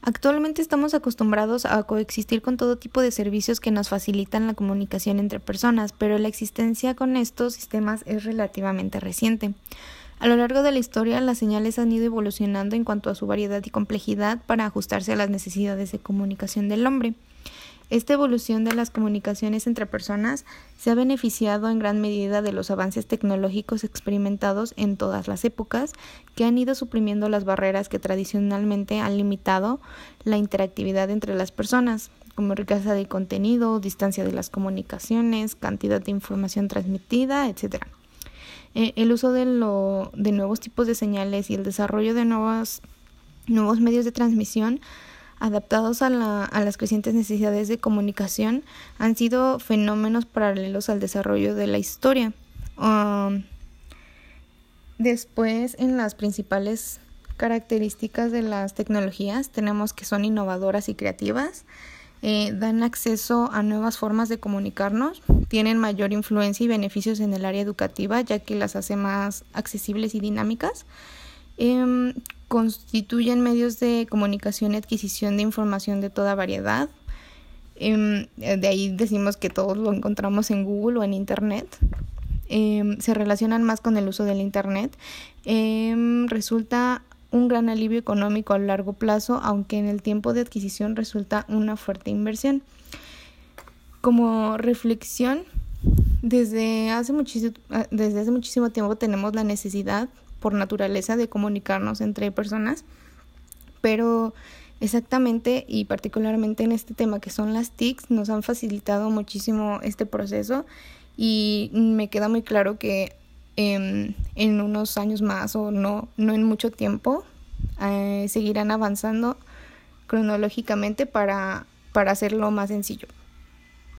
Actualmente estamos acostumbrados a coexistir con todo tipo de servicios que nos facilitan la comunicación entre personas, pero la existencia con estos sistemas es relativamente reciente. A lo largo de la historia, las señales han ido evolucionando en cuanto a su variedad y complejidad para ajustarse a las necesidades de comunicación del hombre. Esta evolución de las comunicaciones entre personas se ha beneficiado en gran medida de los avances tecnológicos experimentados en todas las épocas, que han ido suprimiendo las barreras que tradicionalmente han limitado la interactividad entre las personas, como riqueza de contenido, distancia de las comunicaciones, cantidad de información transmitida, etc. El uso de nuevos tipos de señales y el desarrollo de nuevos medios de transmisión adaptados a las crecientes necesidades de comunicación han sido fenómenos paralelos al desarrollo de la historia. Después, en las principales características de las tecnologías, tenemos que son innovadoras y creativas, dan acceso a nuevas formas de comunicarnos, tienen mayor influencia y beneficios en el área educativa, ya que las hace más accesibles y dinámicas. Constituyen medios de comunicación y adquisición de información de toda variedad. De ahí decimos que todos lo encontramos en Google o en Internet. Se relacionan más con el uso del Internet. Resulta un gran alivio económico a largo plazo, aunque en el tiempo de adquisición resulta una fuerte inversión. Como reflexión, desde hace muchísimo tiempo tenemos la necesidad por naturaleza de comunicarnos entre personas, pero exactamente y particularmente en este tema que son las TICs nos han facilitado muchísimo este proceso y me queda muy claro que en unos años más o no en mucho tiempo seguirán avanzando cronológicamente para hacerlo más sencillo.